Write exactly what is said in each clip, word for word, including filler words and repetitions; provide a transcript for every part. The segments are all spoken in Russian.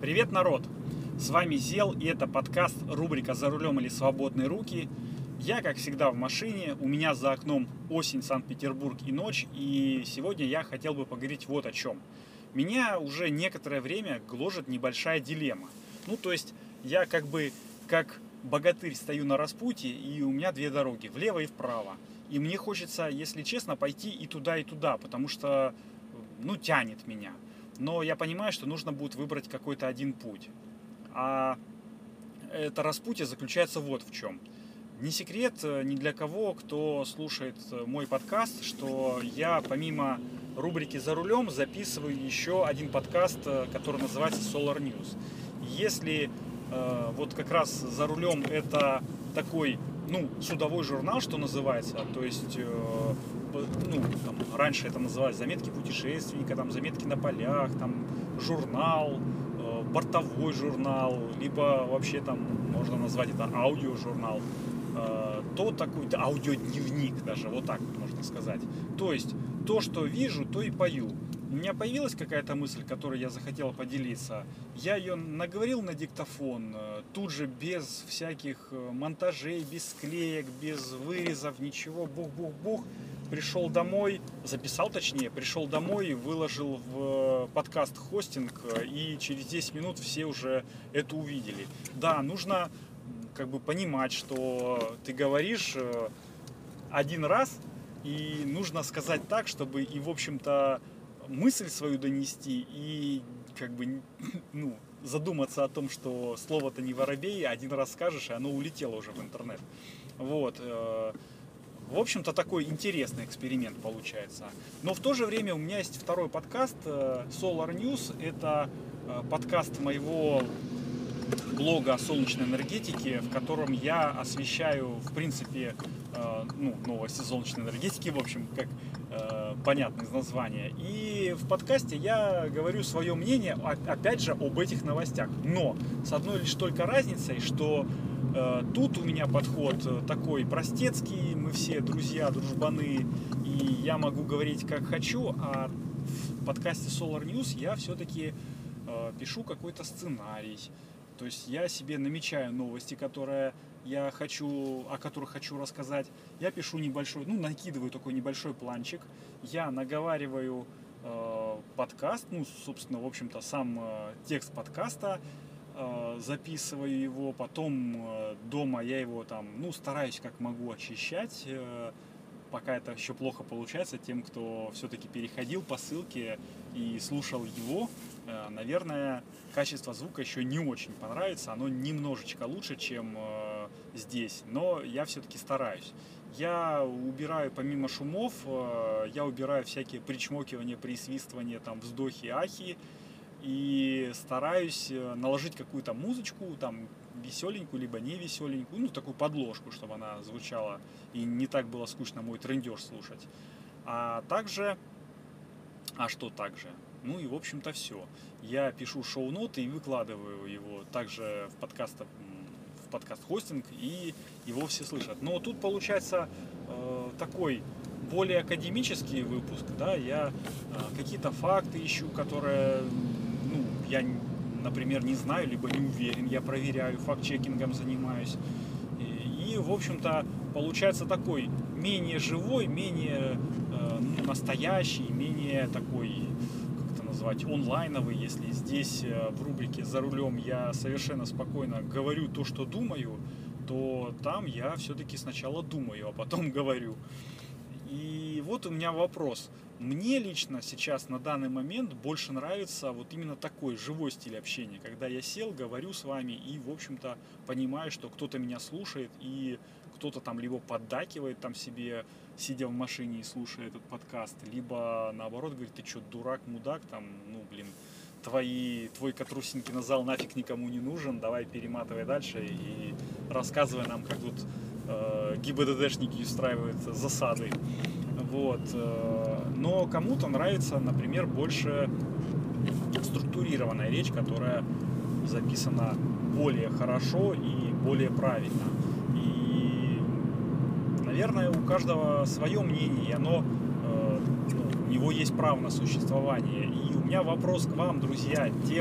Привет, народ! С вами Зел, и это подкаст, рубрика «За рулем или свободные руки». Я, как всегда, в машине, у меня за окном осень, Санкт-Петербург и ночь, и сегодня я хотел бы поговорить вот о чем. Меня уже некоторое время гложет небольшая дилемма. Ну, то есть, я как бы, как богатырь стою на распутье, и у меня две дороги, влево и вправо. И мне хочется, если честно, пойти и туда, и туда, потому что, ну, тянет меня. Но я понимаю, что нужно будет выбрать какой-то один путь. А это распутье заключается вот в чем. Не секрет ни для кого, кто слушает мой подкаст, что я помимо рубрики «За рулем» записываю еще один подкаст, который называется Solar News. Если э, вот как раз «За рулем» это такой, ну, судовой журнал, что называется, то есть, э, ну, там, раньше это называлось заметки путешественника, там, заметки на полях, там, журнал, э, бортовой журнал, либо вообще там можно назвать это аудиожурнал, э, то такой, да, аудиодневник даже, вот так можно сказать. То есть, то, что вижу, то и пою. У меня появилась какая-то мысль, которой я захотел поделиться. Я ее наговорил на диктофон, тут же без всяких монтажей, без склеек, без вырезов, ничего, бух-бух-бух. Пришел домой, записал точнее, пришел домой, выложил в подкаст-хостинг, и через десять минут все уже это увидели. Да, нужно как бы понимать, что ты говоришь один раз, и нужно сказать так, чтобы и, в общем-то, мысль свою донести и как бы, ну, задуматься о том, что слово-то не воробей, один раз скажешь, и оно улетело уже в интернет. Вот. В общем-то, такой интересный эксперимент получается. Но в то же время у меня есть второй подкаст Solar News. Это подкаст моего блога о солнечной энергетике, в котором я освещаю, в принципе, ну, новости солнечной энергетики, в общем, как э, понятно из названия. И в подкасте я говорю свое мнение, опять же, об этих новостях. Но с одной лишь только разницей, что э, тут у меня подход такой простецкий, мы все друзья, дружбаны, и я могу говорить как хочу, а в подкасте Solar News я все-таки э, пишу какой-то сценарий. То есть я себе намечаю новости, которые я хочу, о которых хочу рассказать. Я пишу небольшой, ну, накидываю такой небольшой планчик. Я наговариваю э, подкаст, ну, собственно, в общем-то, сам э, текст подкаста, э, записываю его. Потом э, дома я его там, ну, стараюсь как могу очищать. Э, пока это еще плохо получается тем, кто все-таки переходил по ссылке и слушал его. Э, наверное, качество звука еще не очень понравится. Оно немножечко лучше, чем э, здесь. Но я все-таки стараюсь. Я убираю помимо шумов, э, я убираю всякие причмокивания, присвистывания, там, вздохи, ахи. И стараюсь наложить какую-то музычку, там, веселенькую, либо не веселенькую, ну, такую подложку, чтобы она звучала и не так было скучно мой трындеж слушать. А также, а что также? Ну и, в общем-то, все. Я пишу шоу-ноты и выкладываю его также в подкаст, в подкаст-хостинг, и его все слышат. Но тут получается э, такой более академический выпуск, да, я э, какие-то факты ищу, которые, ну, я, например, не знаю, либо не уверен, я проверяю, факт-чекингом занимаюсь. И, и в общем-то, получается такой менее живой, менее э, настоящий, менее такой, назвать, онлайновый. Если здесь в рубрике «За рулем» я совершенно спокойно говорю то, что думаю, то там я все-таки сначала думаю, а потом говорю. И вот у меня вопрос. Мне лично сейчас на данный момент больше нравится вот именно такой живой стиль общения, когда я сел, говорю с вами и, в общем-то, понимаю, что кто-то меня слушает, и кто-то там либо поддакивает там себе, сидя в машине и слушая этот подкаст, либо наоборот говорит: ты что, дурак, мудак, там, ну, блин, твои, твой Катрусинкин зал нафиг никому не нужен, давай перематывай дальше и рассказывай нам, как тут э, ГИБДДшники устраивают засады. Вот. Но кому-то нравится, например, больше структурированная речь, которая записана более хорошо и более правильно. И, наверное, у каждого свое мнение, и оно, ну, у него есть право на существование. И у меня вопрос к вам, друзья, тем,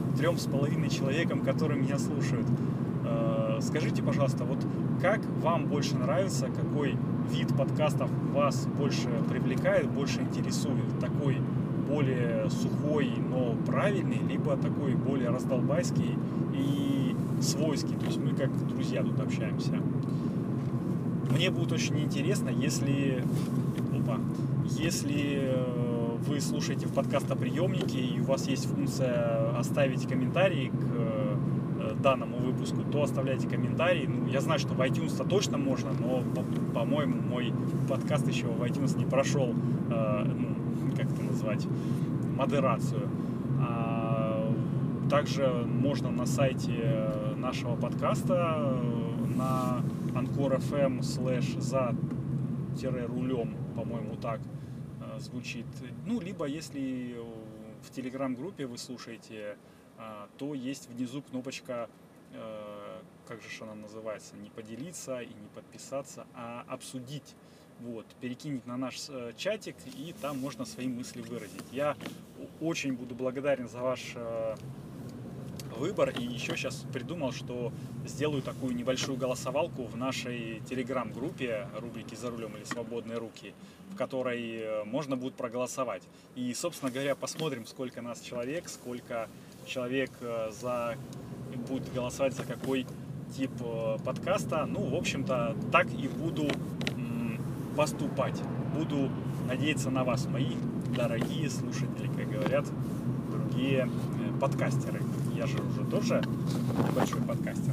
трем с половиной человекам, которые меня слушают. Скажите, пожалуйста, вот как вам больше нравится, какой вид подкастов вас больше привлекает, больше интересует? Такой более сухой, но правильный, либо такой более раздолбайский и свойский? То есть мы как друзья тут общаемся. Мне будет очень интересно, если, опа, если вы слушаете в подкастоприемнике и у вас есть функция оставить комментарий к данному выпуску, то оставляйте комментарии. Ну, я знаю, что в iTunes-то точно можно, но, по-моему, мой подкаст еще в iTunes не прошел, э, ну, как это назвать, модерацию. А также можно на сайте нашего подкаста на анкор точка эф эм слэш за рулем, по-моему, так э, звучит. Ну, либо если в телеграм-группе вы слушаете, то есть внизу кнопочка, как же она называется, не поделиться и не подписаться, а обсудить. Вот, перекинуть на наш чатик, и там можно свои мысли выразить. Я очень буду благодарен за ваш выбор, и еще сейчас придумал, что сделаю такую небольшую голосовалку в нашей телеграм-группе рубрики «За рулем» или «Свободные руки», в которой можно будет проголосовать. И, собственно говоря, посмотрим, сколько нас человек, сколько человек за, будет голосовать за какой тип подкаста. Ну, в общем-то, так и буду м, поступать. Буду надеяться на вас, мои дорогие слушатели, как говорят другие э, подкастеры. Я же уже тоже небольшой подкастер.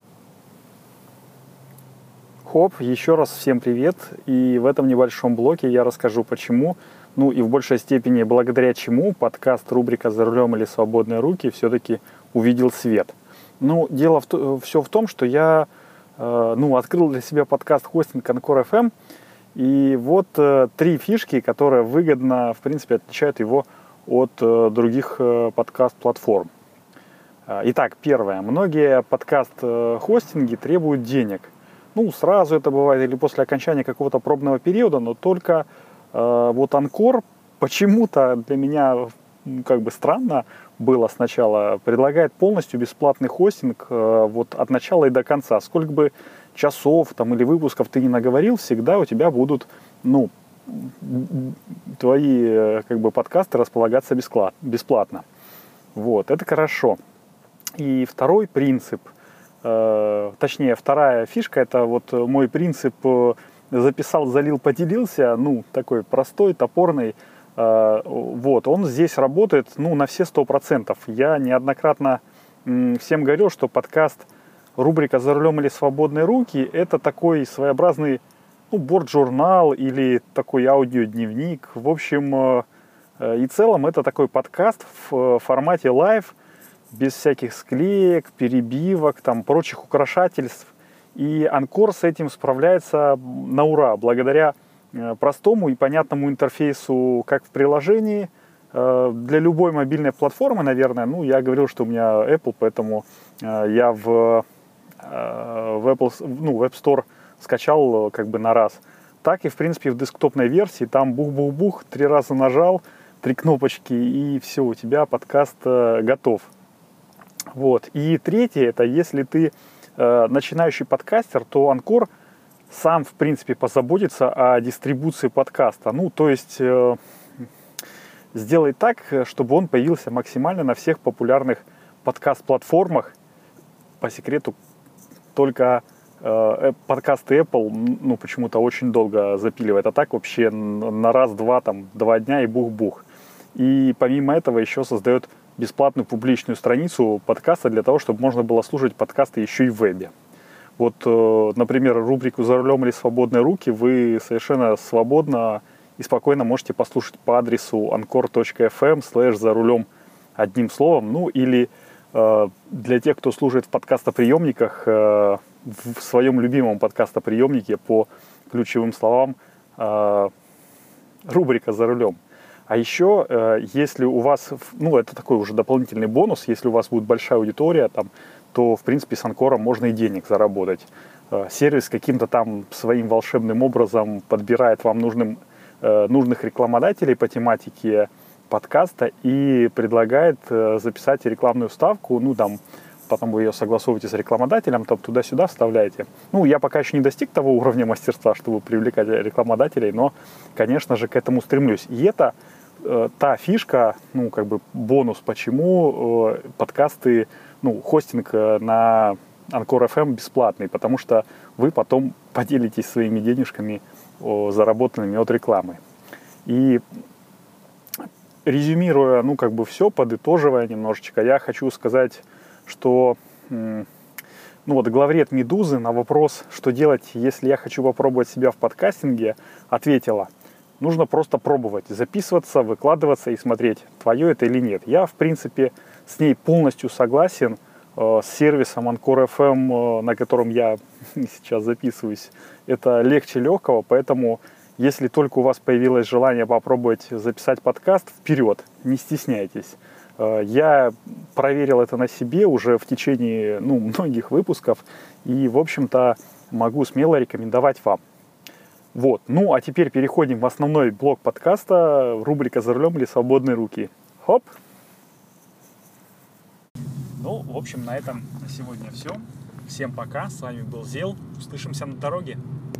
Хоп, еще раз всем привет. И в этом небольшом блоке я расскажу, почему, ну и в большей степени благодаря чему подкаст рубрика «За рулем» или «Свободные руки» все-таки увидел свет. Ну, дело в то, все в том, что я э, ну, открыл для себя подкаст-хостинг анкор точка эф эм. И вот э, три фишки, которые выгодно, в принципе, отличают его от э, других э, подкаст-платформ. Итак, первое. Многие подкаст-хостинги требуют денег. Ну, сразу это бывает или после окончания какого-то пробного периода, но только э, вот Анкор почему-то для меня как бы странно было сначала, предлагает полностью бесплатный хостинг э, вот от начала и до конца. Сколько бы часов там или выпусков ты не наговорил, всегда у тебя будут, ну, твои как бы подкасты располагаться бесплатно. Вот, это хорошо. И второй принцип, э, точнее, вторая фишка, это вот мой принцип записал, залил, поделился, ну, такой простой, топорный. Э, вот, он здесь работает, ну, на все сто процентов. Я неоднократно м, всем говорил, что подкаст рубрика «За рулем» или «Свободные руки» это такой своеобразный, ну, борт-журнал или такой аудиодневник. В общем э, и целом это такой подкаст в формате лайв, без всяких склеек, перебивок, там, прочих украшательств. И Анкор с этим справляется на ура, благодаря э, простому и понятному интерфейсу, как в приложении, э, для любой мобильной платформы, наверное. Ну, я говорил, что у меня Apple, поэтому э, я в, э, в, Apple, ну, в App Store скачал как бы на раз. Так и, в принципе, в десктопной версии, там бух-бух-бух, три раза нажал, три кнопочки, и все, у тебя подкаст э, готов. Вот. И третье, это если ты э, начинающий подкастер, то Анкор сам, в принципе, позаботится о дистрибуции подкаста. Ну, то есть э, сделай так, чтобы он появился максимально на всех популярных подкаст-платформах. По секрету, только э, подкасты Apple, ну, почему-то очень долго запиливает. А так вообще на раз-два, там, два дня и бух-бух. И помимо этого еще создает бесплатную публичную страницу подкаста для того, чтобы можно было слушать подкасты еще и в вебе. Вот, например, рубрику «За рулем» или «Свободные руки» вы совершенно свободно и спокойно можете послушать по адресу анкор точка эф эм слэш за рулем одним словом. Ну или э, для тех, кто слушает в подкастоприемниках, э, в своем любимом подкастоприемнике по ключевым словам э, рубрика «За рулем». А еще, э, если у вас, ну, это такой уже дополнительный бонус, если у вас будет большая аудитория, там, то, в принципе, с Анкором можно и денег заработать. Э, сервис каким-то там своим волшебным образом подбирает вам нужным, э, нужных рекламодателей по тематике, подкаста и предлагает записать рекламную вставку, ну, там, потом вы ее согласовываете с рекламодателем, там туда-сюда вставляете. Ну, я пока еще не достиг того уровня мастерства, чтобы привлекать рекламодателей, но, конечно же, к этому стремлюсь. И это э, та фишка, ну, как бы бонус, почему э, подкасты, ну, хостинг на Анкор эф эм бесплатный, потому что вы потом поделитесь своими денежками, о, заработанными от рекламы. И резюмируя, ну, как бы все, подытоживая немножечко, я хочу сказать, что, ну, вот главред «Медузы» на вопрос, что делать, если я хочу попробовать себя в подкастинге, ответила: нужно просто пробовать, записываться, выкладываться и смотреть, твое это или нет. Я, в принципе, с ней полностью согласен. С сервисом Анкор эф эм, на котором я сейчас записываюсь, это легче легкого, поэтому если только у вас появилось желание попробовать записать подкаст, вперед, не стесняйтесь. Я проверил это на себе уже в течение, ну, многих выпусков и, в общем-то, могу смело рекомендовать вам. Вот, ну а теперь переходим в основной блок подкаста, рубрика «За рулем или свободные руки». Хоп! Ну, в общем, на этом на сегодня все. Всем пока, с вами был Зел, услышимся на дороге.